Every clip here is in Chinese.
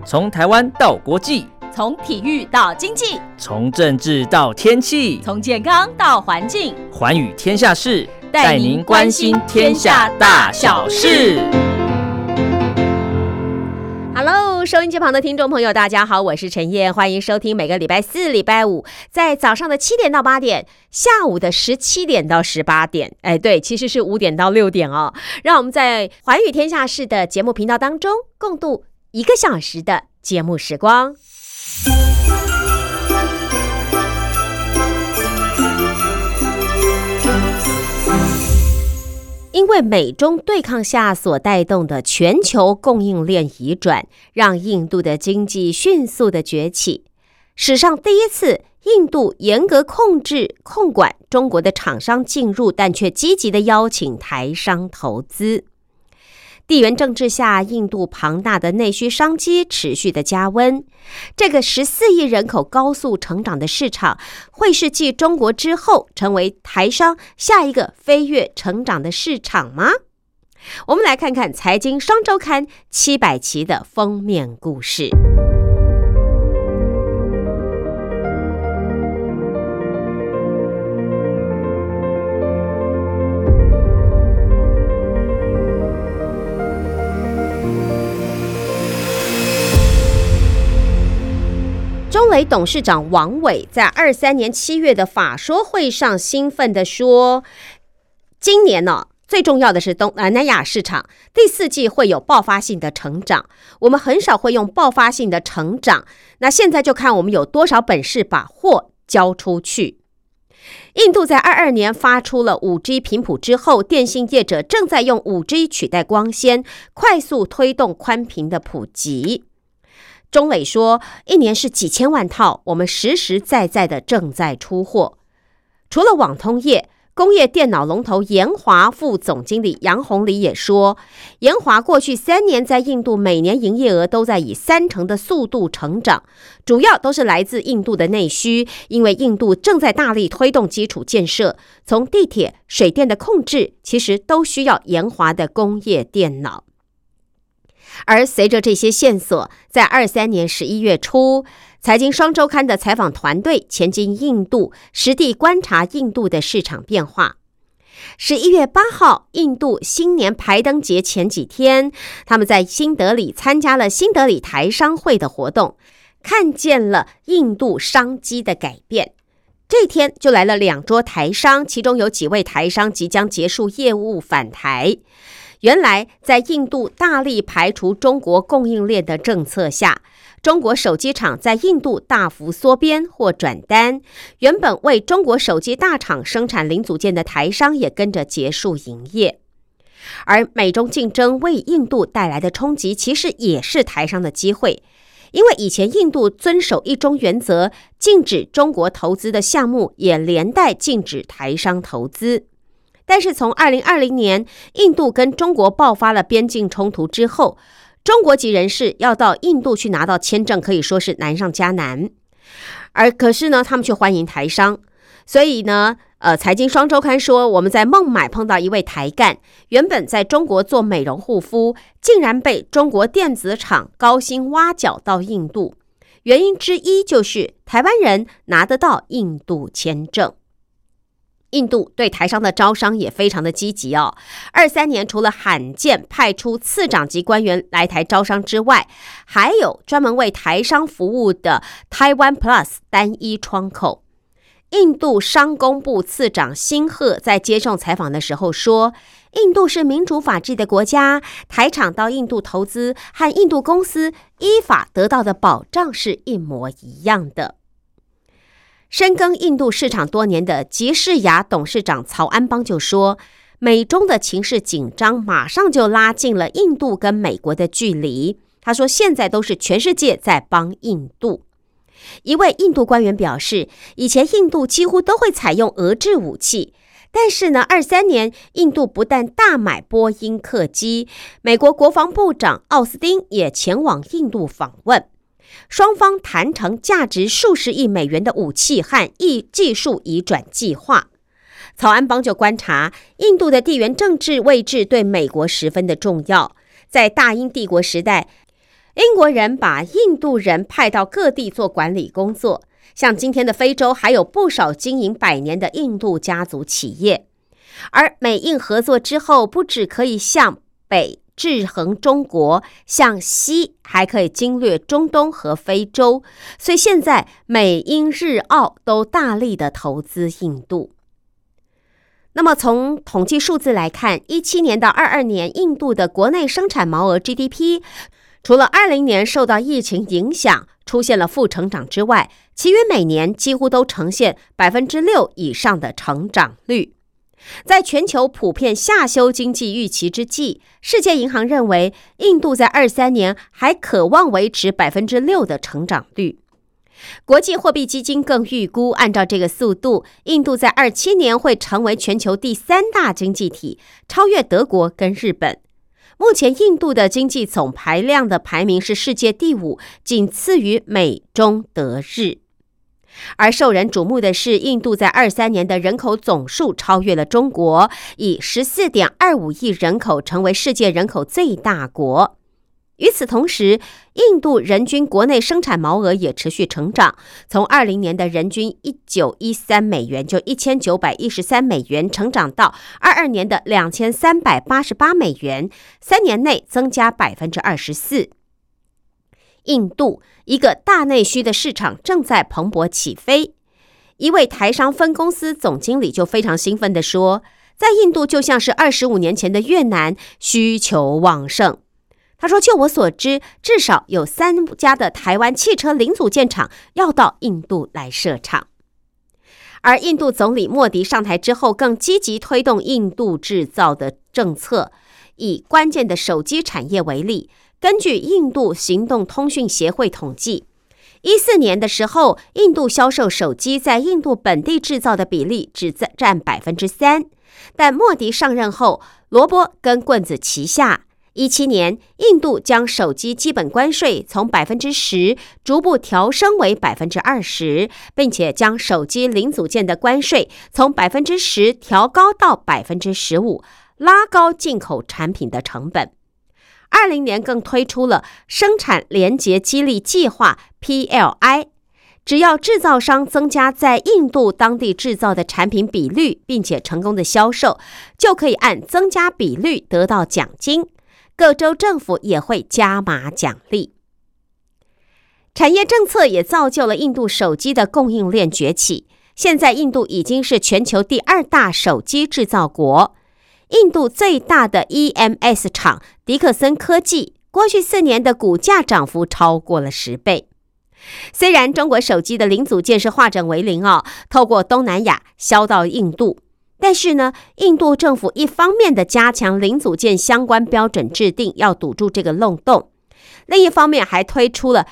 从台湾到国际， 从体育到经济， 从政治到天气， 从健康到环境， 寰宇天下事， 带您关心天下大小事。Hello， 收音机旁的听众朋友，大家好，我是陈燕，欢迎收听每个礼拜四、礼拜五，在早上的7点到8点，下午的17点到18点，对，其实是5点到6点哦。让我们在寰宇天下事的节目频道当中，共度1个小时的节目时光。因为美中对抗下所带动的全球供应链移转，让印度的经济迅速的崛起。史上第一次，印度严格控管中国的厂商进入，但却积极的邀请台商投资。地缘政治下，印度庞大的内需商机持续的加温。这个14亿人口高速成长的市场，会是继中国之后成为台商下一个飞跃成长的市场吗？我们来看看财经双周刊700期的封面故事。中磊董事长王伟在23年7月的法说会上兴奋地说，今年最重要的是东南亚市场第4季会有爆发性的成长，我们很少会用爆发性的成长，那现在就看我们有多少本事把货交出去。印度在22年发出了 5G 频谱之后，电信业者正在用 5G 取代光纤，快速推动宽频的普及。中磊说，一年是几千万套，我们实实在在的正在出货。除了网通业，工业电脑龙头研华副总经理杨宏礼也说，研华过去3年在印度每年营业额都在以30%的速度成长，主要都是来自印度的内需，因为印度正在大力推动基础建设，从地铁、水电的控制，其实都需要研华的工业电脑。而随着这些线索，在23年11月初，财经双周刊的采访团队前进印度，实地观察印度的市场变化。11月8号，印度新年排灯节前几天，他们在新德里参加了新德里台商会的活动，看见了印度商机的改变。这天就来了2桌台商，其中有几位台商即将结束业务返台。原来在印度大力排除中国供应链的政策下，中国手机厂在印度大幅缩编或转单，原本为中国手机大厂生产零组件的台商也跟着结束营业。而美中竞争为印度带来的冲击，其实也是台商的机会，因为以前印度遵守一中原则，禁止中国投资的项目也连带禁止台商投资。但是从2020年印度跟中国爆发了边境冲突之后，中国籍人士要到印度去拿到签证可以说是难上加难，可是呢他们却欢迎台商。所以呢财经双周刊说，我们在孟买碰到一位台干，原本在中国做美容护肤，竟然被中国电子厂高薪挖角到印度，原因之一就是台湾人拿得到印度签证。印度对台商的招商也非常的积极23年除了罕见派出次长级官员来台招商之外，还有专门为台商服务的 Taiwan Plus 单一窗口。印度商工部次长辛赫在接受采访的时候说，印度是民主法治的国家，台厂到印度投资和印度公司依法得到的保障是一模一样的。深耕印度市场多年的吉士雅董事长曹安邦就说，美中的情势紧张马上就拉近了印度跟美国的距离。他说现在都是全世界在帮印度。一位印度官员表示，以前印度几乎都会采用俄制武器，但是呢23年印度不但大买波音客机，美国国防部长奥斯汀也前往印度访问，双方谈成价值数十亿美元的武器和技术移转计划。曹安邦就观察，印度的地缘政治位置对美国十分的重要。在大英帝国时代， 英国人把印度人派到各地做管理工作，像今天的非洲还有不少经营100年的印度家族企业。而美印合作之后，不只可以向北制衡中国，向西还可以经略中东和非洲，所以现在美英日澳都大力的投资印度。那么从统计数字来看，17年到22年印度的国内生产毛额 GDP， 除了20年受到疫情影响出现了负成长之外，其余每年几乎都呈现6%以上的成长率。在全球普遍下修经济预期之际，世界银行认为印度在23年还渴望维持6%的成长率。国际货币基金更预估，按照这个速度，印度在27年会成为全球第3大经济体，超越德国跟日本。目前印度的经济总排量的排名是世界第5，仅次于美、中、德、日。而受人瞩目的是，印度在23年的人口总数超越了中国，以14.25亿人口成为世界人口最大国。与此同时，印度人均国内生产毛额也持续成长，从20年的人均1913美元就1913美元，成长到22年的2388美元，3年内增加24%。印度一个大内需的市场正在蓬勃起飞。一位台商分公司总经理就非常兴奋地说，在印度就像是25年前的越南，需求旺盛。他说，就我所知，至少有3家的台湾汽车零组件厂要到印度来设厂。而印度总理莫迪上台之后，更积极推动印度制造的政策。以关键的手机产业为例，根据印度行动通讯协会统计，14年的时候，印度销售手机在印度本地制造的比例只占3%，但莫迪上任后，萝卜跟棍子齐下。17年，印度将手机基本关税从10%逐步调升为20%，并且将手机零组件的关税从10%调高到15%，拉高进口产品的成本。20年更推出了生产联结激励计划 PLI， 只要制造商增加在印度当地制造的产品比率，并且成功的销售，就可以按增加比率得到奖金。各州政府也会加码奖励。产业政策也造就了印度手机的供应链崛起。现在印度已经是全球第2大手机制造国。印度最大的 EMS 厂迪克森科技，过去4年的股价涨幅超过了10倍。虽然中国手机的零组件是化整为零透过东南亚销到印度，但是呢，印度政府一方面的加强零组件相关标准制定，要堵住这个漏洞；另一方面还推出了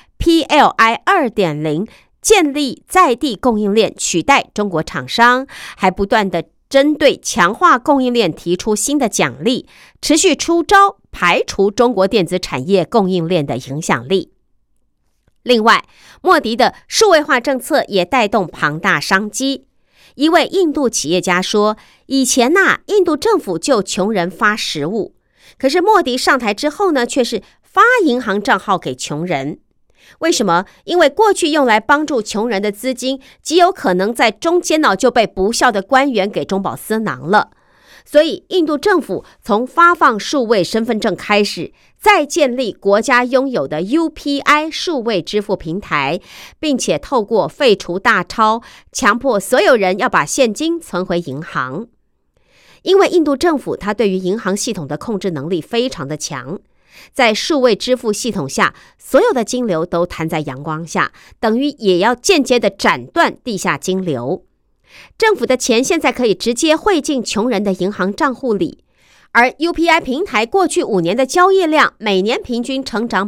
PLI 2.0， 建立在地供应链，取代中国厂商，还不断的针对强化供应链提出新的奖励，持续出招排除中国电子产业供应链的影响力。另外，莫迪的数位化政策也带动庞大商机。一位印度企业家说，以前印度政府就穷人发食物，可是莫迪上台之后呢，却是发银行账号给穷人。为什么？因为过去用来帮助穷人的资金，极有可能在中间就被不孝的官员给中饱私囊了。所以印度政府从发放数位身份证开始，再建立国家拥有的 UPI 数位支付平台，并且透过废除大钞，强迫所有人要把现金存回银行。因为印度政府它对于银行系统的控制能力非常的强，在数位支付系统下，所有的金流都摊在阳光下，等于也要间接的斩断地下金流。政府的钱现在可以直接汇进穷人的银行账户里，而 UPI 平台过去5年的交易量每年平均成长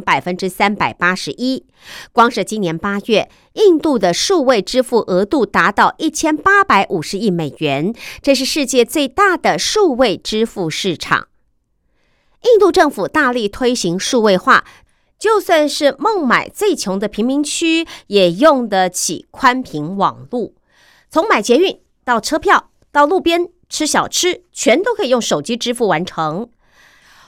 381%，光是今年8月，印度的数位支付额度达到1850亿美元，这是世界最大的数位支付市场。印度政府大力推行数位化，就算是孟买最穷的贫民区也用得起宽频网路。从买捷运到车票到路边吃小吃，全都可以用手机支付完成。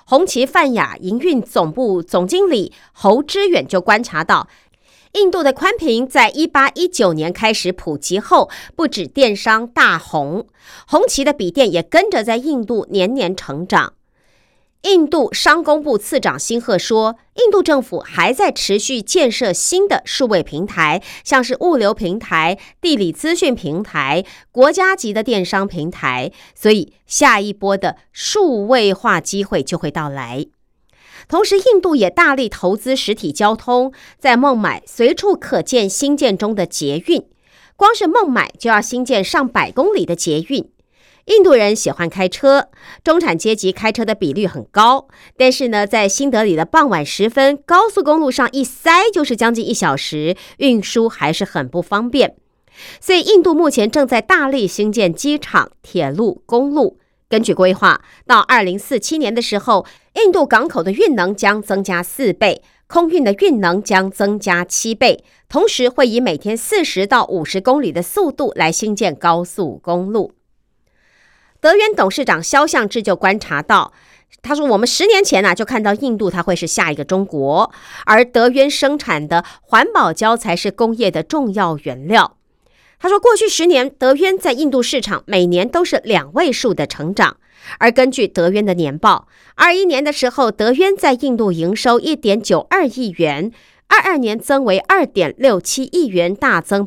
红旗泛亚营运总部总经理侯之远就观察到，印度的宽频在1819年开始普及后，不止电商大红，红旗的笔电也跟着在印度年年成长。印度商工部次长辛赫说，印度政府还在持续建设新的数位平台，像是物流平台、地理资讯平台、国家级的电商平台，所以下一波的数位化机会就会到来。同时，印度也大力投资实体交通，在孟买随处可见新建中的捷运，光是孟买就要新建上百公里的捷运。印度人喜欢开车，中产阶级开车的比率很高，但是呢，在新德里的傍晚时分，高速公路上一塞就是将近1小时，运输还是很不方便。所以，印度目前正在大力兴建机场、铁路、公路。根据规划，到2047年的时候，印度港口的运能将增加4倍，空运的运能将增加7倍，同时会以每天40到50公里的速度来兴建高速公路。德源董事长肖向志就观察到，他说我们10年前就看到印度它会是下一个中国，而德源生产的环保胶才是工业的重要原料。他说过去10年德源在印度市场每年都是2位数的成长，而根据德源的年报，21年的时候德源在印度营收 1.92 亿元，22年增为 2.67 亿元，大增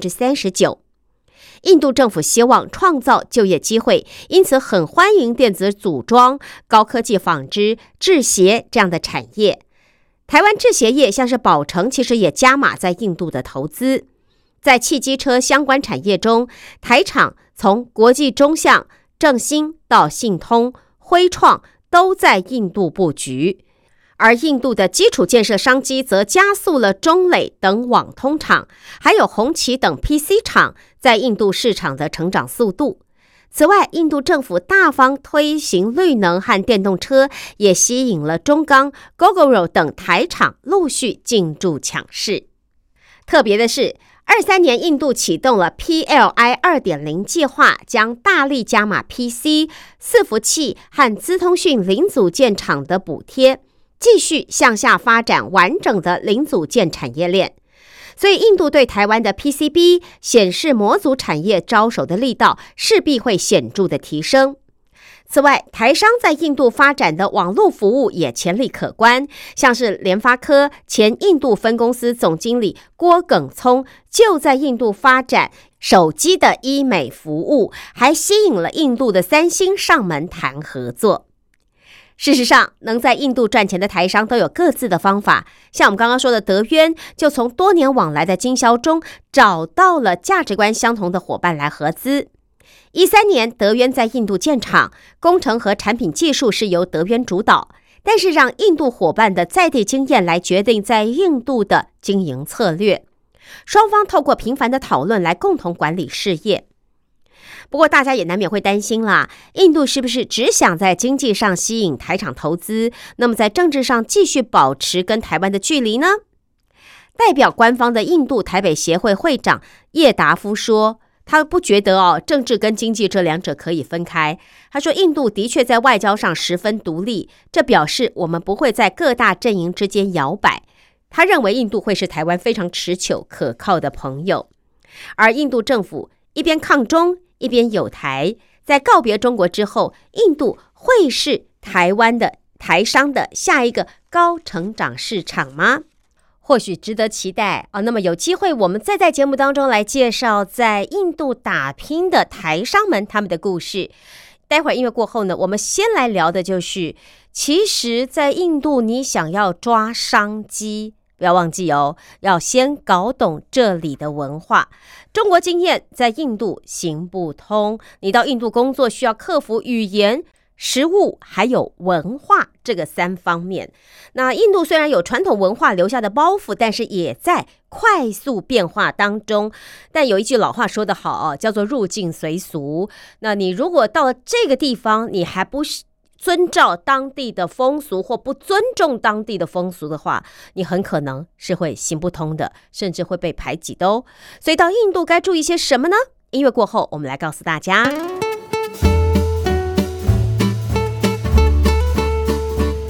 39%。印度政府希望创造就业机会，因此很欢迎电子组装、高科技纺织、制鞋这样的产业。台湾制鞋业像是宝成，其实也加码在印度的投资。在汽机车相关产业中，台厂从国际中象、正兴到信通、辉创都在印度布局。而印度的基础建设商机则加速了中磊等网通厂，还有红旗等 PC 厂在印度市场的成长速度。此外，印度政府大方推行绿能和电动车，也吸引了中钢、Gogoro 等台厂陆续进驻抢市。特别的是，23年印度启动了 PLI 2.0 计划，将大力加码 PC、伺服器和资通讯零组件厂的补贴，继续向下发展完整的零组件产业链。所以印度对台湾的 PCB 显示模组产业招手的力道势必会显著的提升。此外，台商在印度发展的网络服务也潜力可观，像是联发科前印度分公司总经理郭耿聪就在印度发展手机的医美服务，还吸引了印度的三星上门谈合作。事实上，能在印度赚钱的台商都有各自的方法，像我们刚刚说的德渊，就从多年往来的经销中找到了价值观相同的伙伴来合资。13年，德渊在印度建厂，工程和产品技术是由德渊主导，但是让印度伙伴的在地经验来决定在印度的经营策略。双方透过频繁的讨论来共同管理事业。不过大家也难免会担心啦，印度是不是只想在经济上吸引台厂投资，那么在政治上继续保持跟台湾的距离呢？代表官方的印度台北协会会长叶达夫说，他不觉得政治跟经济这两者可以分开。他说，印度的确在外交上十分独立，这表示我们不会在各大阵营之间摇摆。他认为印度会是台湾非常持久可靠的朋友。而印度政府一边抗中一边友台，在告别中国之后，印度会是台湾的台商的下一个高成长市场吗？或许值得期待那么有机会我们再在节目当中来介绍在印度打拼的台商们他们的故事。待会儿音乐过后呢，我们先来聊的就是其实在印度你想要抓商机，不要忘记要先搞懂这里的文化。中国经验在印度行不通，你到印度工作需要克服语言、食物还有文化这个3方面。那印度虽然有传统文化留下的包袱，但是也在快速变化当中。但有一句老话说得好叫做入境随俗。那你如果到了这个地方，你还不遵照当地的风俗或不尊重当地的风俗的话，你很可能是会行不通的，甚至会被排挤的哦。所以到印度该注意些什么呢？音乐过后我们来告诉大家。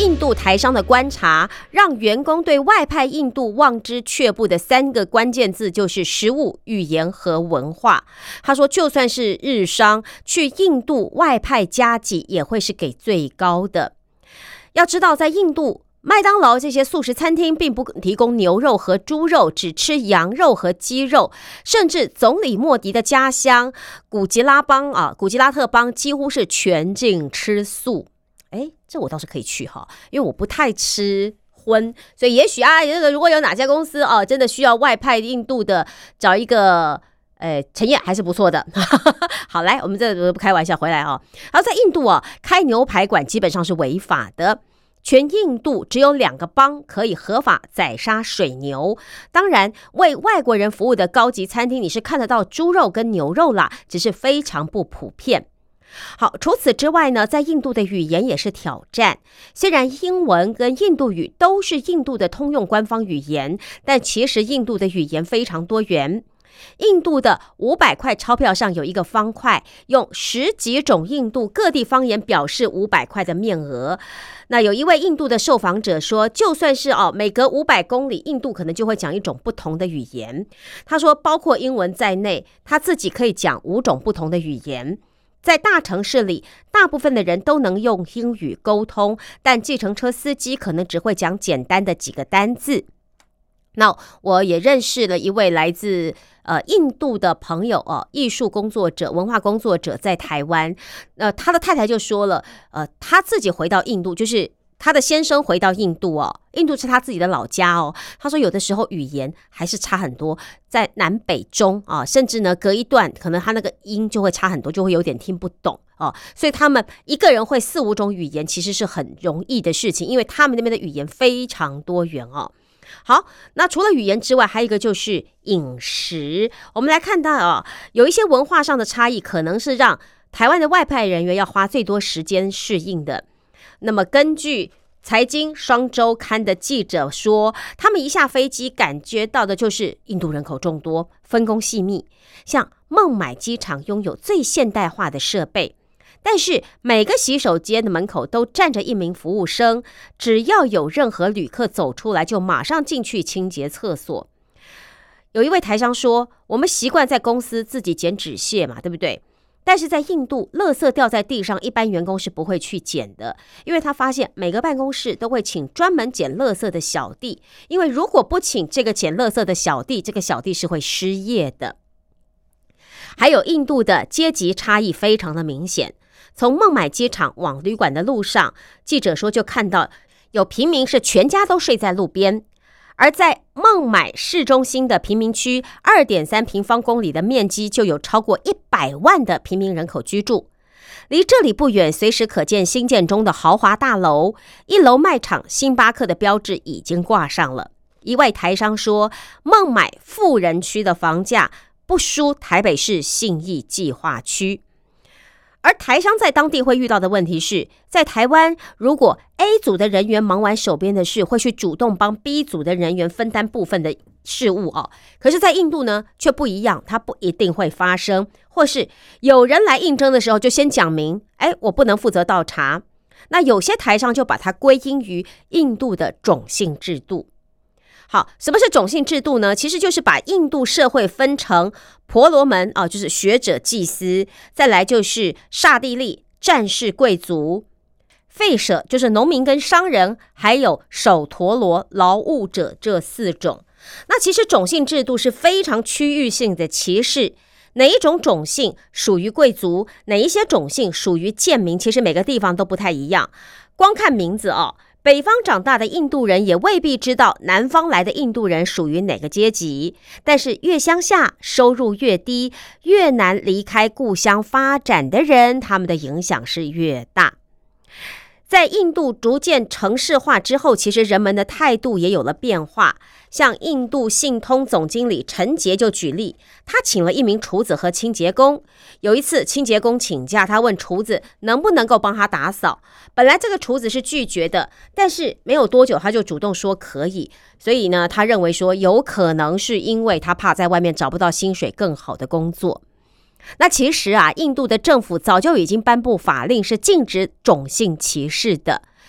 印度台商的观察，让员工对外派印度望之却步的3个关键字就是食物、语言和文化。他说，就算是日商去印度外派加给，也会是给最高的。要知道，在印度，麦当劳这些素食餐厅并不提供牛肉和猪肉，只吃羊肉和鸡肉，甚至总理莫迪的家乡古吉拉特邦几乎是全境吃素。这我倒是可以去哈，因为我不太吃荤，所以也许如果有哪家公司真的需要外派印度的，找一个陈燕还是不错的。好，来，我们这不开玩笑回来然后在印度开牛排馆基本上是违法的。全印度只有2个邦可以合法宰杀水牛，当然为外国人服务的高级餐厅你是看得到猪肉跟牛肉啦，只是非常不普遍。好，除此之外呢，在印度的语言也是挑战。虽然英文跟印度语都是印度的通用官方语言，但其实印度的语言非常多元。印度的500块钞票上有一个方块，用10几种印度各地方言表示500块的面额。那有一位印度的受访者说，就算是每隔500公里，印度可能就会讲一种不同的语言。他说，包括英文在内，他自己可以讲5种不同的语言。在大城市里，大部分的人都能用英语沟通，但计程车司机可能只会讲简单的几个单字。那我也认识了一位来自印度的朋友艺术工作者、文化工作者在台湾。他的太太就说了，他自己回到印度，就是他的先生回到印度印度是他自己的老家他说有的时候语言还是差很多，在南北中甚至呢隔一段可能他那个音就会差很多，就会有点听不懂所以他们一个人会4、5种语言其实是很容易的事情，因为他们那边的语言非常多元好，那除了语言之外，还有一个就是饮食。我们来看到有一些文化上的差异，可能是让台湾的外派人员要花最多时间适应的。那么根据财经双周刊的记者说，他们一下飞机感觉到的就是印度人口众多，分工细密。像孟买机场拥有最现代化的设备，但是每个洗手间的门口都站着一名服务生，只要有任何旅客走出来，就马上进去清洁厕所。有一位台商说，我们习惯在公司自己捡纸屑嘛，对不对？但是在印度，垃圾掉在地上，一般员工是不会去捡的，因为他发现每个办公室都会请专门捡垃圾的小弟，因为如果不请这个捡垃圾的小弟，这个小弟是会失业的。还有印度的阶级差异非常的明显，从孟买机场往旅馆的路上，记者说就看到有平民是全家都睡在路边。而在孟买市中心的贫民区，2.3平方公里的面积就有超过100万的平民人口居住。离这里不远，随时可见新建中的豪华大楼，1楼卖场星巴克的标志已经挂上了。一位台商说，孟买富人区的房价不输台北市信义计划区。而台商在当地会遇到的问题是，在台湾，如果 A 组的人员忙完手边的事，会去主动帮 B 组的人员分担部分的事务可是在印度呢，却不一样，它不一定会发生，或是有人来应征的时候就先讲明，我不能负责倒茶。那有些台商就把它归因于印度的种姓制度。好，什么是种姓制度呢？其实就是把印度社会分成婆罗门就是学者祭司，再来就是刹帝利战士贵族，吠舍就是农民跟商人，还有首陀罗劳务者这4种。那其实种姓制度是非常区域性的歧视，哪一种种姓属于贵族，哪一些种姓属于贱民，其实每个地方都不太一样。光看名字北方长大的印度人也未必知道南方来的印度人属于哪个阶级，但是越乡下收入越低，越难离开故乡发展的人，他们的影响是越大。在印度逐渐城市化之后，其实人们的态度也有了变化。像印度信通总经理陈杰就举例，他请了一名厨子和清洁工。有一次清洁工请假，他问厨子能不能够帮他打扫。本来这个厨子是拒绝的，但是没有多久他就主动说可以。所以呢，他认为说有可能是因为他怕在外面找不到薪水更好的工作。那其实印度的政府早就已经颁布法令是禁止种姓歧视的。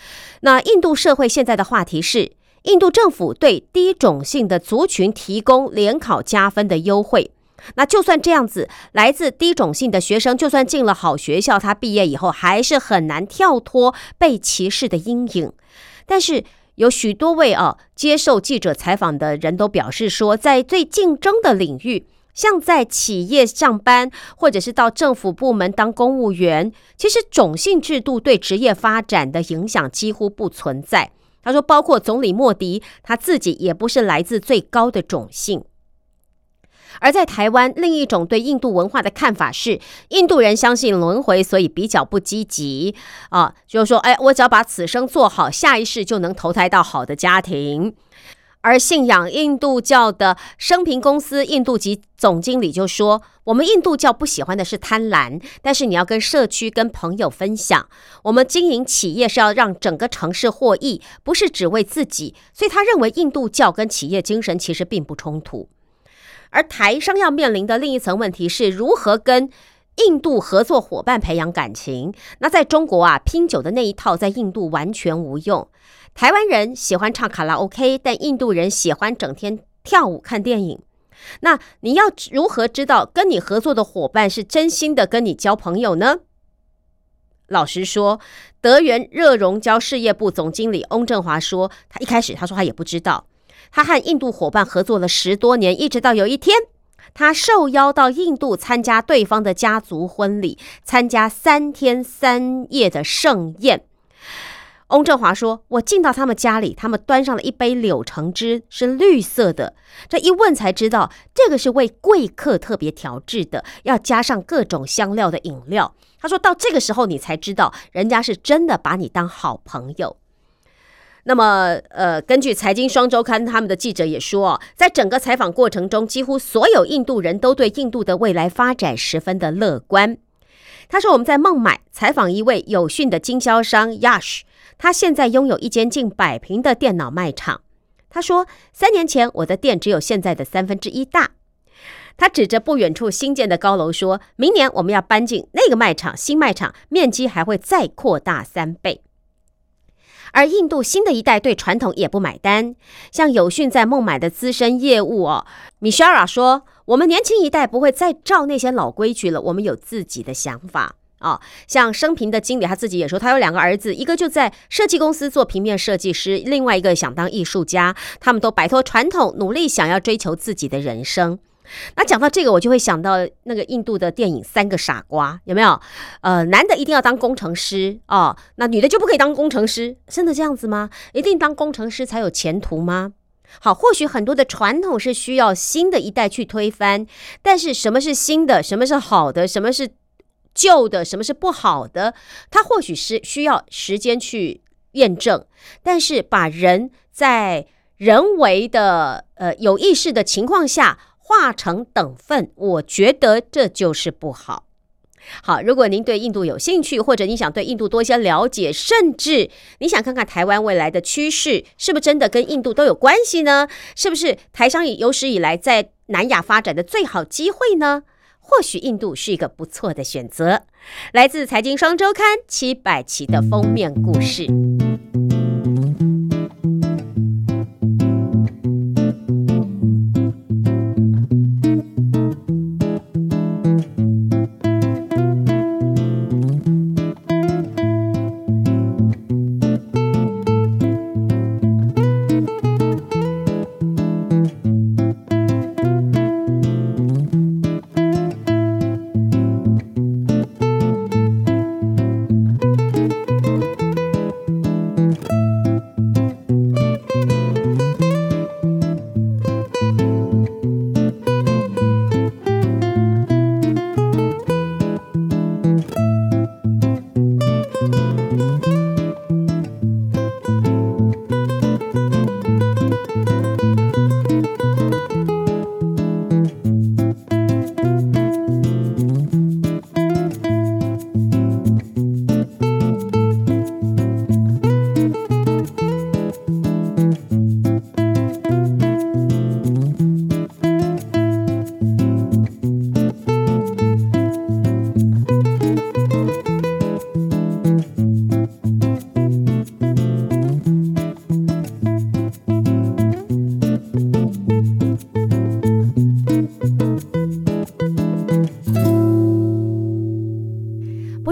那印度社会现在的话题是，印度政府对低种姓的族群提供联考加分的优惠。那就算这样子，来自低种姓的学生就算进了好学校，他毕业以后还是很难跳脱被歧视的阴影。但是有许多位接受记者采访的人都表示说，在最竞争的领域，像在企业上班，或者是到政府部门当公务员，其实种姓制度对职业发展的影响几乎不存在。他说，包括总理莫迪，他自己也不是来自最高的种姓。而在台湾，另一种对印度文化的看法是，印度人相信轮回，所以比较不积极就是说，我只要把此生做好，下一世就能投胎到好的家庭。而信仰印度教的生平公司印度籍总经理就说，我们印度教不喜欢的是贪婪，但是你要跟社区跟朋友分享，我们经营企业是要让整个城市获益，不是只为自己，所以他认为印度教跟企业精神其实并不冲突。而台商要面临的另一层问题是如何跟印度合作伙伴培养感情。那在中国拼酒的那一套在印度完全无用。台湾人喜欢唱卡拉 OK， 但印度人喜欢整天跳舞看电影。那你要如何知道跟你合作的伙伴是真心的跟你交朋友呢？老实说，德元热熔胶事业部总经理翁正华说，他一开始他说他也不知道。他和印度伙伴合作了10多年，一直到有一天，他受邀到印度参加对方的家族婚礼，参加3天3夜的盛宴。翁正华说，我进到他们家里，他们端上了一杯柳橙汁，是绿色的。这一问才知道，这个是为贵客特别调制的，要加上各种香料的饮料。他说到这个时候你才知道，人家是真的把你当好朋友。那么根据财经双周刊他们的记者也说，在整个采访过程中，几乎所有印度人都对印度的未来发展十分的乐观。他说，我们在孟买采访一位有讯的经销商 Yash， 他现在拥有一间近100平的电脑卖场。他说，3年前我的店只有现在的1/3大。他指着不远处新建的高楼说，明年我们要搬进那个卖场，新卖场面积还会再扩大3倍。而印度新的一代对传统也不买单，像有讯在孟买的资深业务Mishara 说，我们年轻一代不会再照那些老规矩了，我们有自己的想法像生平的经理他自己也说，他有2个儿子，一个就在设计公司做平面设计师，另外一个想当艺术家，他们都摆脱传统，努力想要追求自己的人生。那讲到这个，我就会想到那个印度的电影《3个傻瓜》，有没有？男的一定要当工程师那女的就不可以当工程师，真的这样子吗？一定当工程师才有前途吗？好，或许很多的传统是需要新的一代去推翻，但是什么是新的，什么是好的，什么是旧的，什么是不好的，它或许是需要时间去验证，但是把人在人为的有意识的情况下化成等份，我觉得这就是不好。好，如果您对印度有兴趣，或者你想对印度多一些了解，甚至你想看看台湾未来的趋势是不是真的跟印度都有关系呢？是不是台商有史以来在南亚发展的最好机会呢？或许印度是一个不错的选择。来自财经双周刊700期的封面故事。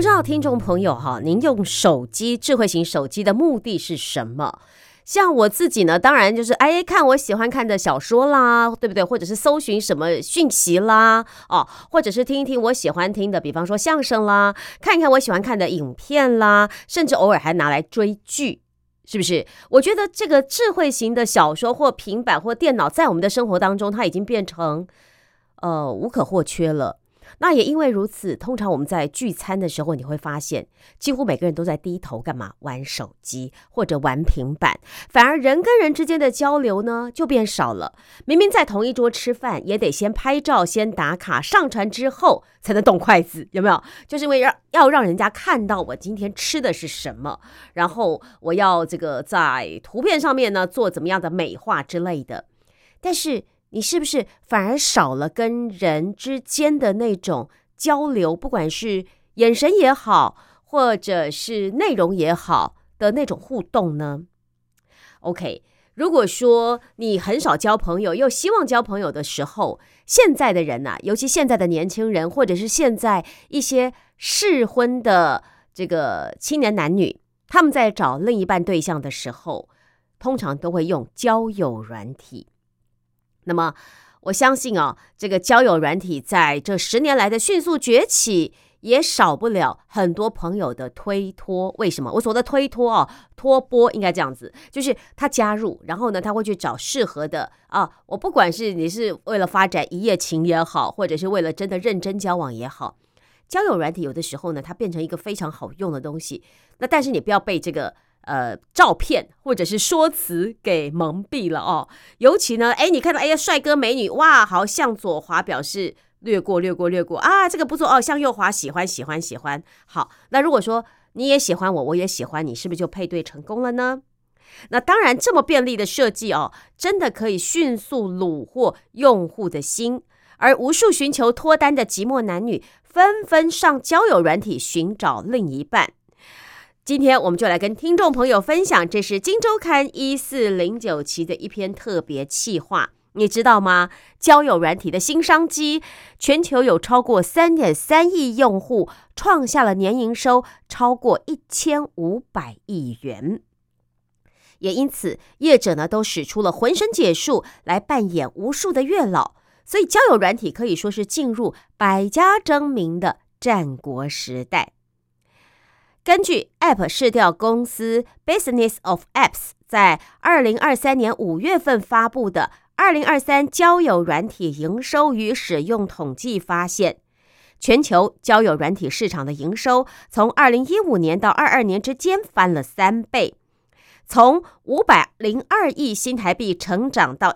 不知道听众朋友哈，您用手机智慧型手机的目的是什么？像我自己呢，当然就是看我喜欢看的小说啦，对不对？或者是搜寻什么讯息啦，或者是听一听我喜欢听的，比方说相声啦，看一看我喜欢看的影片啦，甚至偶尔还拿来追剧，是不是？我觉得这个智慧型的小说或平板或电脑，在我们的生活当中，它已经变成无可或缺了。那也因为如此，通常我们在聚餐的时候，你会发现几乎每个人都在低头干嘛？玩手机或者玩平板，反而人跟人之间的交流呢就变少了。明明在同一桌吃饭，也得先拍照、先打卡、上传之后才能动筷子，有没有？就是因为要让人家看到我今天吃的是什么，然后我要这个在图片上面呢做怎么样的美化之类的。但是你是不是反而少了跟人之间的那种交流，不管是眼神也好，或者是内容也好的那种互动呢？ OK， 如果说你很少交朋友，又希望交朋友的时候，现在的人尤其现在的年轻人，或者是现在一些适婚的这个青年男女，他们在找另一半对象的时候，通常都会用交友软体。那么我相信这个交友软体在这10年来的迅速崛起，也少不了很多朋友的推脱。为什么？我所谓的推脱托钵应该这样子，就是他加入，然后呢他会去找适合的我不管是你是为了发展一夜情也好，或者是为了真的认真交往也好，交友软体有的时候呢它变成一个非常好用的东西。那但是你不要被这个照片或者是说辞给蒙蔽了尤其呢你看到帅哥美女，哇，好，向左滑表示略过这个不错向右滑喜欢。好，那如果说你也喜欢我也喜欢你，是不是就配对成功了呢？那当然，这么便利的设计真的可以迅速虏获用户的心，而无数寻求脱单的寂寞男女纷纷上交友软体寻找另一半。今天我们就来跟听众朋友分享，这是今周刊1409期的一篇特别企划。你知道吗？交友软体的新商机，全球有超过 3.3 亿用户，创下了年营收超过1500亿元。也因此，业者呢都使出了浑身解数来扮演无数的月老，所以交友软体可以说是进入百家争鸣的战国时代。根据 App 市调公司 Business of Apps 在2023年5月份发布的2023交友软体营收与使用统计发现，全球交友软体市场的营收从2015年到22年之间翻了3倍，从502亿新台币成长到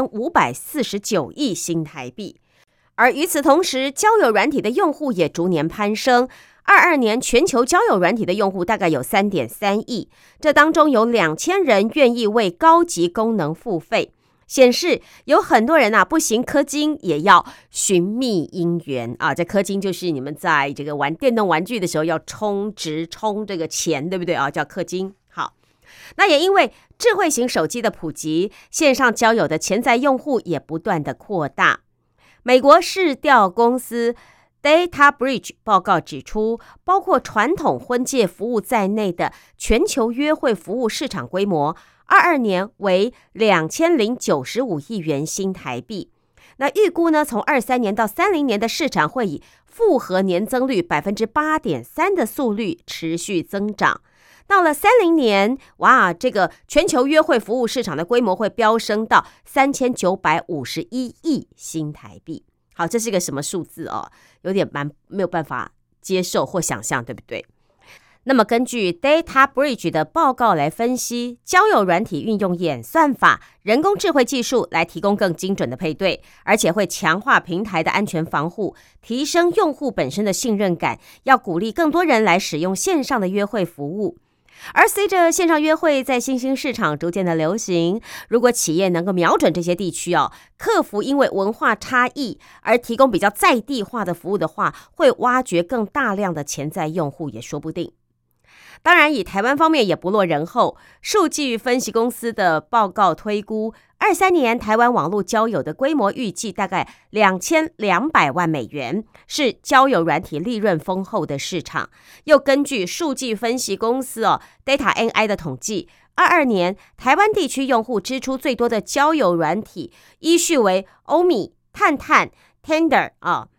1549亿新台币。而与此同时，交友软体的用户也逐年攀升。22年全球交友软体的用户大概有 3.3 亿，这当中有2000人愿意为高级功能付费，显示有很多人不行氪金也要寻觅姻缘这氪金就是你们在这个玩电动玩具的时候要充值充这个钱，对不对叫氪金。好，那也因为智慧型手机的普及，线上交友的潜在用户也不断的扩大。美国市调公司DataBridge 报告指出，包括传统婚介服务在内的全球约会服务市场规模22年为2095亿元新台币。那预估呢，从23年到30年的市场会以复合年增率 8.3% 的速率持续增长。到了30年，哇，这个全球约会服务市场的规模会飙升到3951亿新台币。好，这是个什么数字有点没有办法接受或想象，对不对？那么根据 DataBridge 的报告来分析，交友软体运用演算法、人工智慧技术来提供更精准的配对，而且会强化平台的安全防护，提升用户本身的信任感，要鼓励更多人来使用线上的约会服务。而随着线上约会在新兴市场逐渐的流行，如果企业能够瞄准这些地区克服因为文化差异而提供比较在地化的服务的话，会挖掘更大量的潜在用户也说不定。 当然，以台湾方面也不落人后，数据分析公司的报告推估，23年台湾网络交友的规模预计大概2200万美元，是交友软体利润丰厚的市场。又根据数据分析公司DataNI 的统计，22年台湾地区用户支出最多的交友软体依序为欧米、探探、Tinder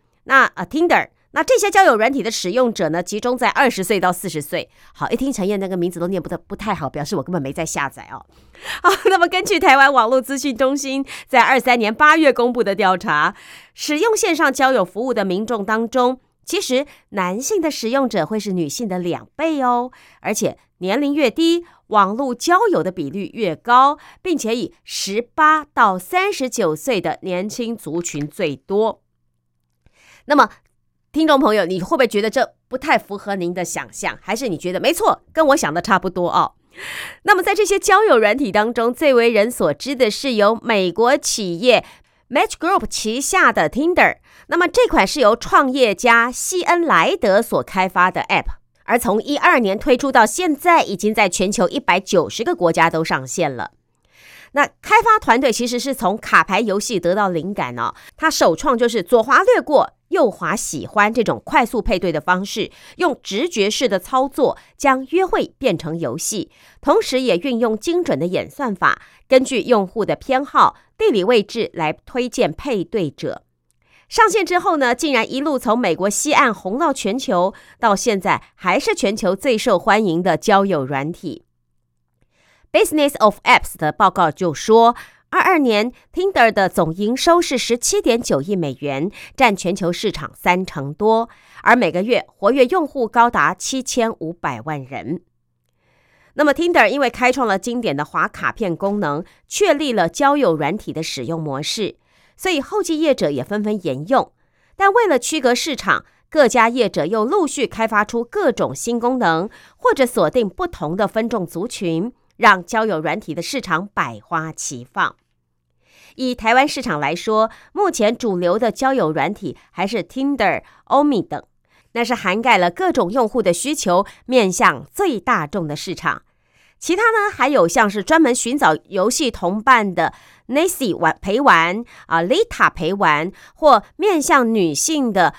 Tinder。那这些交友软体的使用者呢，集中在20岁到40岁。好，一听陈燕那个名字都念不太好，表示我根本没在下载哦。好，那么根据台湾网络资讯中心在23年8月公布的调查，使用线上交友服务的民众当中，其实男性的使用者会是女性的2倍哦，而且年龄越低，网络交友的比率越高，并且以18到39岁的年轻族群最多。那么听众朋友，你会不会觉得这不太符合您的想象？还是你觉得没错，跟我想的差不多哦？那么在这些交友软体当中，最为人所知的是由美国企业 Match Group 旗下的 Tinder。那么这款是由创业家西恩莱德所开发的 App， 而从12年推出到现在，已经在全球190个国家都上线了。那开发团队其实是从卡牌游戏得到灵感哦，他首创就是左滑略过，右滑喜欢这种快速配对的方式，用直觉式的操作将约会变成游戏，同时也运用精准的演算法，根据用户的偏好、地理位置来推荐配对者。上线之后呢，竟然一路从美国西岸红到全球，到现在还是全球最受欢迎的交友软体。Business of Apps 的报告就说，22年 Tinder 的总营收是 17.9 亿美元，占全球市场30%多，而每个月活跃用户高达7500万人。那么 Tinder 因为开创了经典的滑卡片功能，确立了交友软体的使用模式，所以后继业者也纷纷沿用。但为了区隔市场，各家业者又陆续开发出各种新功能，或者锁定不同的分众族群，让交友软体的市场百花齐放。以台湾市场来说，目前主流的交友软体还是 Tinder、欧米等，那是涵盖了各种用户的需求，面向最大众的市场。其他呢，还有像是专门寻找游戏同伴的 Nancy 陪玩Lita 陪玩，或面向女性的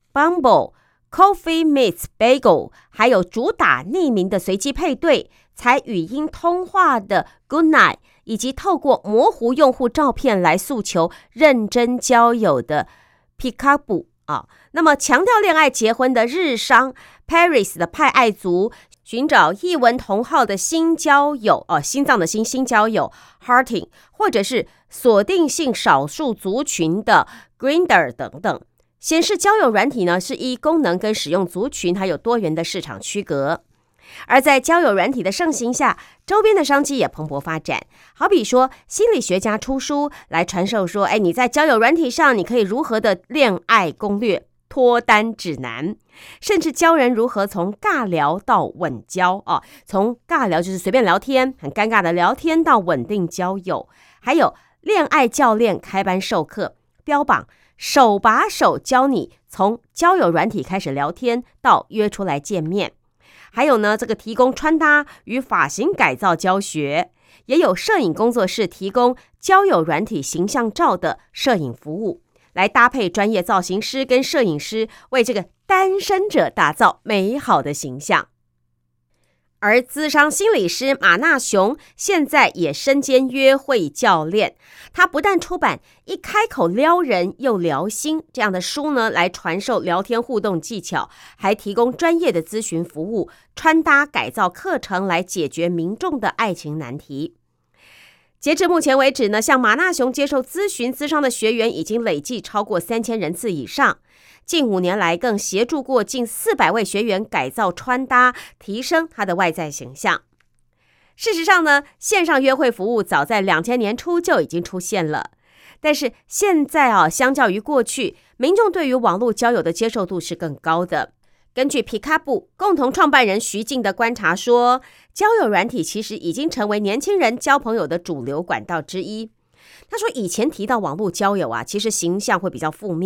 Bumble、Coffee Meets Bagel， 还有主打匿名的随机配对、采语音通话的 Goodnight， 以及透过模糊用户照片来诉求认真交友的 Peekaboo。那么强调恋爱结婚的日商 Paris 的派爱族，寻找艺文同好的新交友心脏的新交友 Hearting， 或者是锁定性少数族群的 Grindr 等等，显示交友软体呢是依功能跟使用族群还有多元的市场区隔。而在交友软体的盛行下，周边的商机也蓬勃发展。好比说，心理学家出书来传授说，你在交友软体上，你可以如何的恋爱攻略、脱单指南，甚至教人如何从尬聊到稳交从尬聊就是随便聊天、很尴尬的聊天到稳定交友，还有恋爱教练开班授课，标榜手把手教你从交友软体开始聊天到约出来见面。还有呢，这个提供穿搭与发型改造教学，也有摄影工作室提供交友软体形象照的摄影服务，来搭配专业造型师跟摄影师，为这个单身者打造美好的形象。而咨商心理师马纳雄现在也身兼约会教练，他不但出版一开口撩人又聊心这样的书呢，来传授聊天互动技巧，还提供专业的咨询服务、穿搭改造课程来解决民众的爱情难题。截至目前为止呢，向马纳雄接受咨询咨商的学员已经累计超过3000人次以上，近5年来更协助过近400位学员改造穿搭，提升他的外在形象。事实上呢，线上约会服务早在2000年初就已经出现了，但是现在相较于过去，民众对于网络交友的接受度是更高的。根据 Peekaboo 共同创办人徐静的观察说，交友软体其实已经成为年轻人交朋友的主流管道之一。他说以前提到网络交友其实形象会比较负面，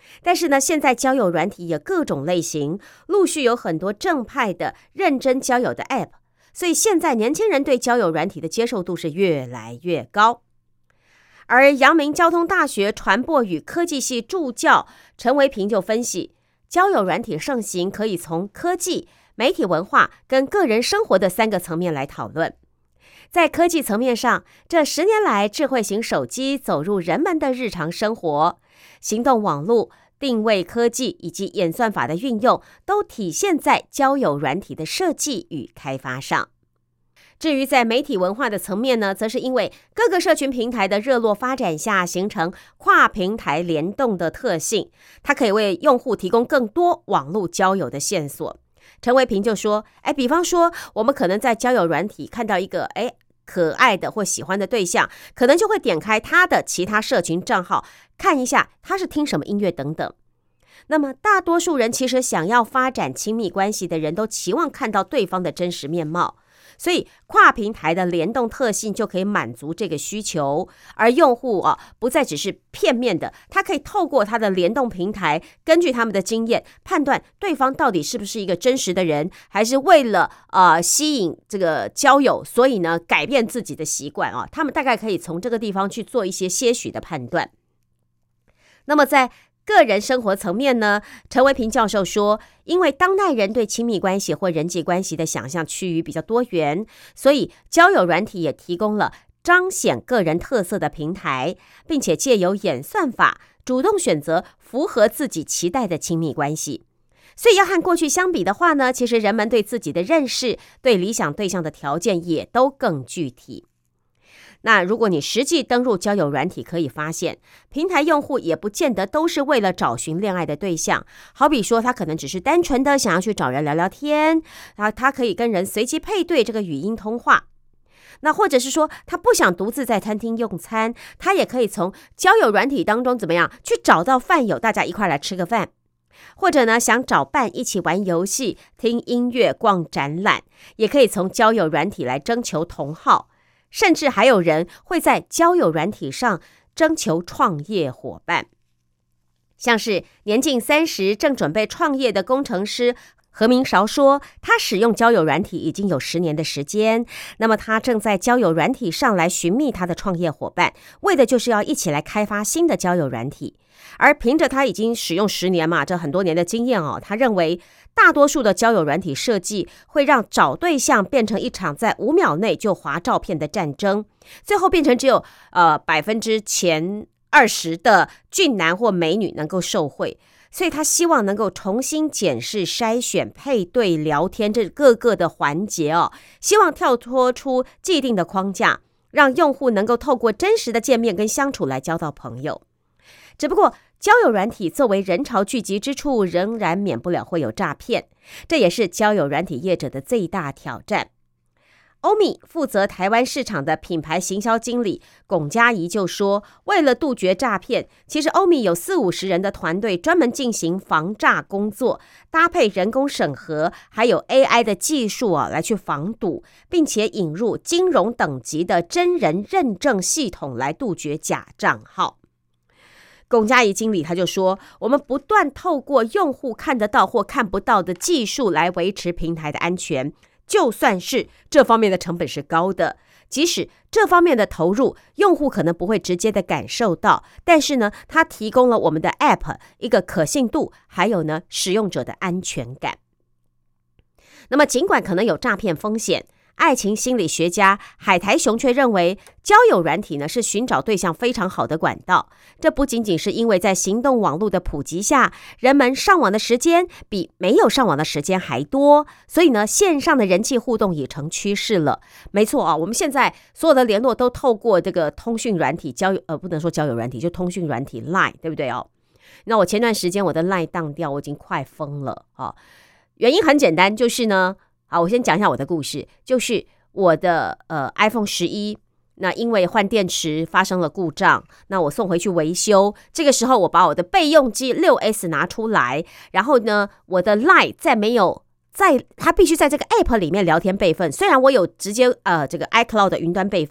但是呢，现在交友软体也各种类型，陆续有很多正派的认真交友的 App， 所以现在年轻人对交友软体的接受度是越来越高。而阳明交通大学传播与科技系助教陈维平就分析，交友软体盛行可以从科技、媒体文化跟个人生活的3个层面来讨论。在科技层面上，这10年来智慧型手机走入人们的日常生活，行动网络、定位科技以及演算法的运用都体现在交友软体的设计与开发上。至于在媒体文化的层面呢，则是因为各个社群平台的热络发展下，形成跨平台联动的特性，它可以为用户提供更多网络交友的线索。陈维平就说，比方说我们可能在交友软体看到一个可爱的或喜欢的对象，可能就会点开他的其他社群账号，看一下他是听什么音乐等等。那么大多数人其实想要发展亲密关系的人都期望看到对方的真实面貌，所以跨平台的联动特性就可以满足这个需求，而用户不再只是片面的，他可以透过他的联动平台，根据他们的经验判断对方到底是不是一个真实的人，还是为了吸引这个交友，所以呢改变自己的习惯他们大概可以从这个地方去做一些些许的判断。那么在个人生活层面呢，陈维平教授说，因为当代人对亲密关系或人际关系的想象趋于比较多元，所以交友软体也提供了彰显个人特色的平台，并且借由演算法主动选择符合自己期待的亲密关系。所以要和过去相比的话呢，其实人们对自己的认识、对理想对象的条件也都更具体。那如果你实际登入交友软体，可以发现平台用户也不见得都是为了找寻恋爱的对象，好比说他可能只是单纯的想要去找人聊聊天，他可以跟人随机配对这个语音通话。那或者是说他不想独自在餐厅用餐，他也可以从交友软体当中怎么样去找到饭友，大家一块来吃个饭。或者呢，想找伴一起玩游戏、听音乐、逛展览，也可以从交友软体来征求同好。甚至还有人会在交友软体上征求创业伙伴，像是年近30正准备创业的工程师何明韶说，他使用交友软体已经有10年的时间，那么他正在交友软体上来寻觅他的创业伙伴，为的就是要一起来开发新的交友软体。而凭着他已经使用10年嘛，这很多年的经验他认为大多数的交友软体设计会让找对象变成一场在5秒内就滑照片的战争，最后变成只有前20%的俊男或美女能够受惠。所以他希望能够重新检视、筛选、配对、聊天这各个的环节希望跳脱出既定的框架，让用户能够透过真实的见面跟相处来交到朋友。只不过交友软体作为人潮聚集之处，仍然免不了会有诈骗，这也是交友软体业者的最大挑战。欧米负责台湾市场的品牌行销经理龚嘉怡就说，为了杜绝诈骗，其实欧米有40-50人的团队专门进行防诈工作，搭配人工审核还有 AI 的技术来去防堵，并且引入金融等级的真人认证系统来杜绝假账号。龚嘉怡经理他就说，我们不断透过用户看得到或看不到的技术来维持平台的安全，就算是这方面的成本是高的，即使这方面的投入用户可能不会直接的感受到，但是呢，它提供了我们的 App 一个可信度，还有呢使用者的安全感。那么尽管可能有诈骗风险，爱情心理学家海苔熊却认为，交友软体呢是寻找对象非常好的管道。这不仅仅是因为在行动网络的普及下，人们上网的时间比没有上网的时间还多，所以呢，线上的人际互动已成趋势了。没错我们现在所有的联络都透过这个通讯软体不能说交友软体，就通讯软体 LINE， 对不对那我前段时间我的 LINE 当掉，我已经快疯了原因很简单，就是呢我先讲一下我的故事，就是我的iPhone 11，那因为换电池发生了故障，那我送回去维修，这个时候我把我的备用机 6S 拿出来，然后呢我的 LINE 它必须在这个 App 里面聊天备份，虽然我有直接这个 iCloud 的云端备份，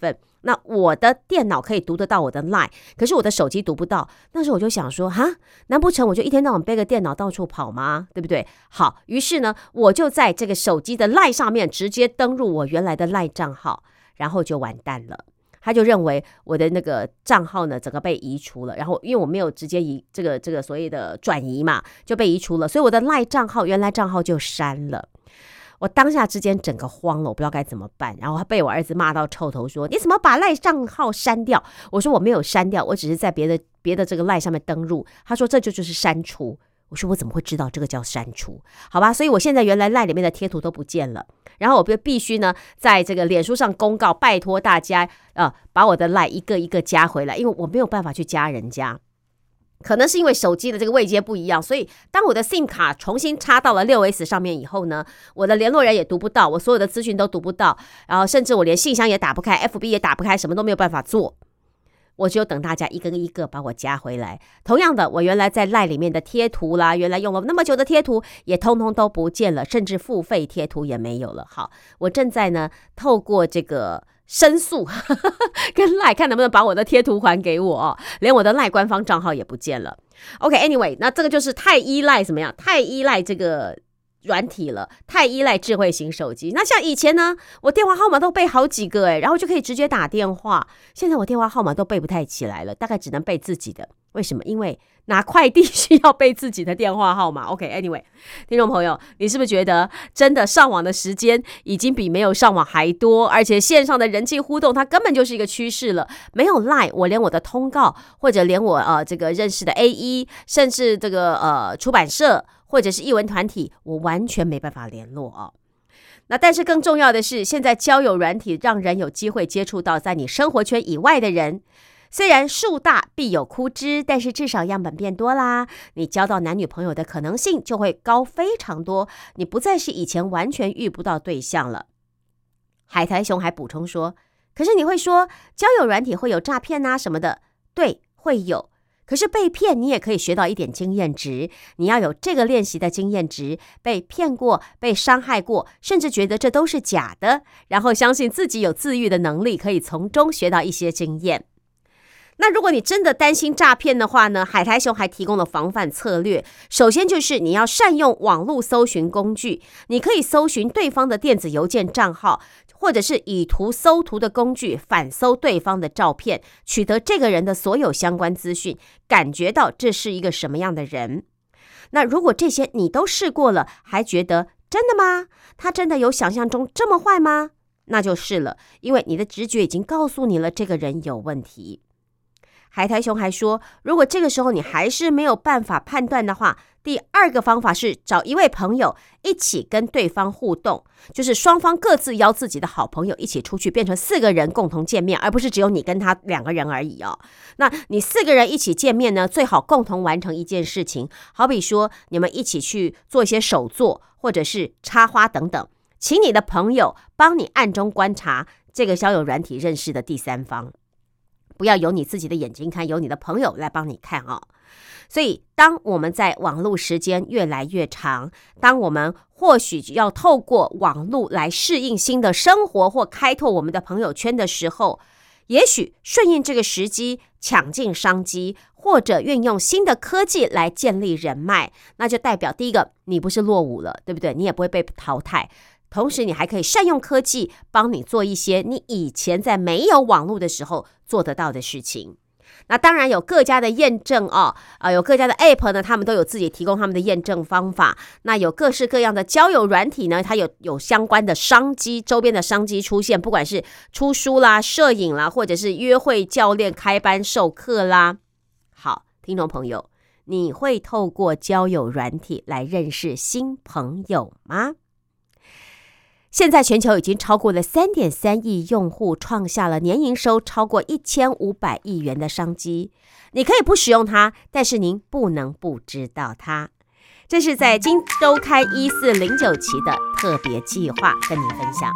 那我的电脑可以读得到我的 LINE， 可是我的手机读不到。那时候我就想说，难不成我就一天到晚背个电脑到处跑吗？对不对？好，于是呢，我就在这个手机的 LINE 上面直接登入我原来的 LINE 账号，然后就完蛋了。他就认为我的那个账号呢整个被移除了，然后因为我没有直接移这个所谓的转移嘛，就被移除了，所以我的 LINE 账号原来账号就删了。我当下之间整个慌了，我不知道该怎么办，然后他被我儿子骂到臭头，说你怎么把 LINE 账号删掉？我说我没有删掉，我只是在别的这个 LINE 上面登入。他说这就是删除。我说我怎么会知道这个叫删除？好吧，所以我现在原来 LINE 里面的贴图都不见了，然后我必须呢在这个脸书上公告，拜托大家把我的 LINE 一个一个加回来，因为我没有办法去加人家。可能是因为手机的这个位阶不一样，所以当我的 SIM 卡重新插到了 6S 上面以后呢，我的联络人也读不到，我所有的资讯都读不到，然后甚至我连信箱也打不开， FB 也打不开，什么都没有办法做。我只有等大家一个一个把我加回来。同样的，我原来在 LINE 里面的贴图啦，原来用了那么久的贴图也通通都不见了，甚至付费贴图也没有了。好，我正在呢透过这个申诉跟 LINE 看能不能把我的贴图还给我，连我的 LINE 官方账号也不见了。OK，anyway， 那这个就是太依赖怎么样？太依赖这个软体了，太依赖智慧型手机。那像以前呢，我电话号码都背好几个然后就可以直接打电话。现在我电话号码都背不太起来了，大概只能背自己的。为什么？因为拿快递需要背自己的电话号码。OK，anyway， 听众朋友，你是不是觉得真的上网的时间已经比没有上网还多？而且线上的人际互动，它根本就是一个趋势了。没有 LINE， 我连我的通告，或者连我这个认识的 A1， 甚至这个出版社或者是艺文团体，我完全没办法联络那但是更重要的是，现在交友软体让人有机会接触到在你生活圈以外的人。虽然树大必有枯枝，但是至少样本变多啦，你交到男女朋友的可能性就会高非常多，你不再是以前完全遇不到对象了。海苔熊还补充说，可是你会说交友软体会有诈骗什么的，对，会有。可是被骗你也可以学到一点经验值，你要有这个练习的经验值，被骗过，被伤害过，甚至觉得这都是假的，然后相信自己有自愈的能力，可以从中学到一些经验。那如果你真的担心诈骗的话呢，海苔熊还提供了防范策略。首先就是你要善用网络搜寻工具，你可以搜寻对方的电子邮件账号，或者是以图搜图的工具反搜对方的照片，取得这个人的所有相关资讯，感觉到这是一个什么样的人。那如果这些你都试过了，还觉得真的吗？他真的有想象中这么坏吗？那就是了，因为你的直觉已经告诉你了这个人有问题。海苔熊还说，如果这个时候你还是没有办法判断的话，第二个方法是找一位朋友一起跟对方互动，就是双方各自邀自己的好朋友一起出去，变成4个人共同见面，而不是只有你跟他2个人而已那你4个人一起见面呢，最好共同完成一件事情，好比说你们一起去做一些手作，或者是插花等等，请你的朋友帮你暗中观察这个交友软体认识的第三方。不要由你自己的眼睛看，由你的朋友来帮你看所以当我们在网络时间越来越长，当我们或许要透过网络来适应新的生活或开拓我们的朋友圈的时候，也许顺应这个时机，抢尽商机，或者运用新的科技来建立人脉，那就代表第一个，你不是落伍了，对不对？你也不会被淘汰。同时你还可以善用科技帮你做一些你以前在没有网络的时候做得到的事情。那当然有各家的验证有各家的 App 呢，他们都有自己提供他们的验证方法。那有各式各样的交友软体呢，它有相关的商机，周边的商机出现，不管是出书啦、摄影啦，或者是约会教练开班授课啦。好，听众朋友，你会透过交友软体来认识新朋友吗？现在全球已经超过了 3.3 亿用户，创下了年营收超过1500亿元的商机。你可以不使用它，但是您不能不知道它。这是在今周刊1409期的特别计划，跟您分享。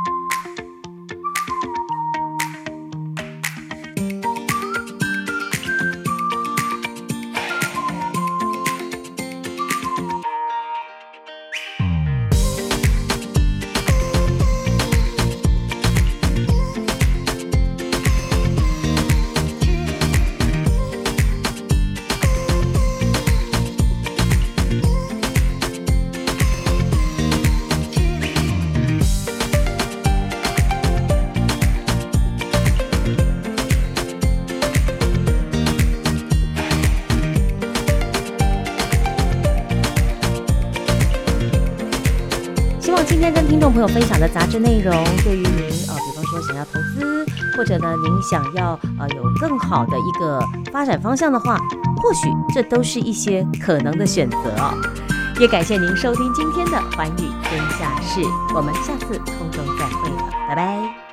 希望今天跟听众朋友分享的杂志内容，对于您比方说想要投资，或者呢您想要有更好的一个发展方向的话，或许这都是一些可能的选择哦。也感谢您收听今天的寰宇天下事，我们下次空中再会了，拜拜。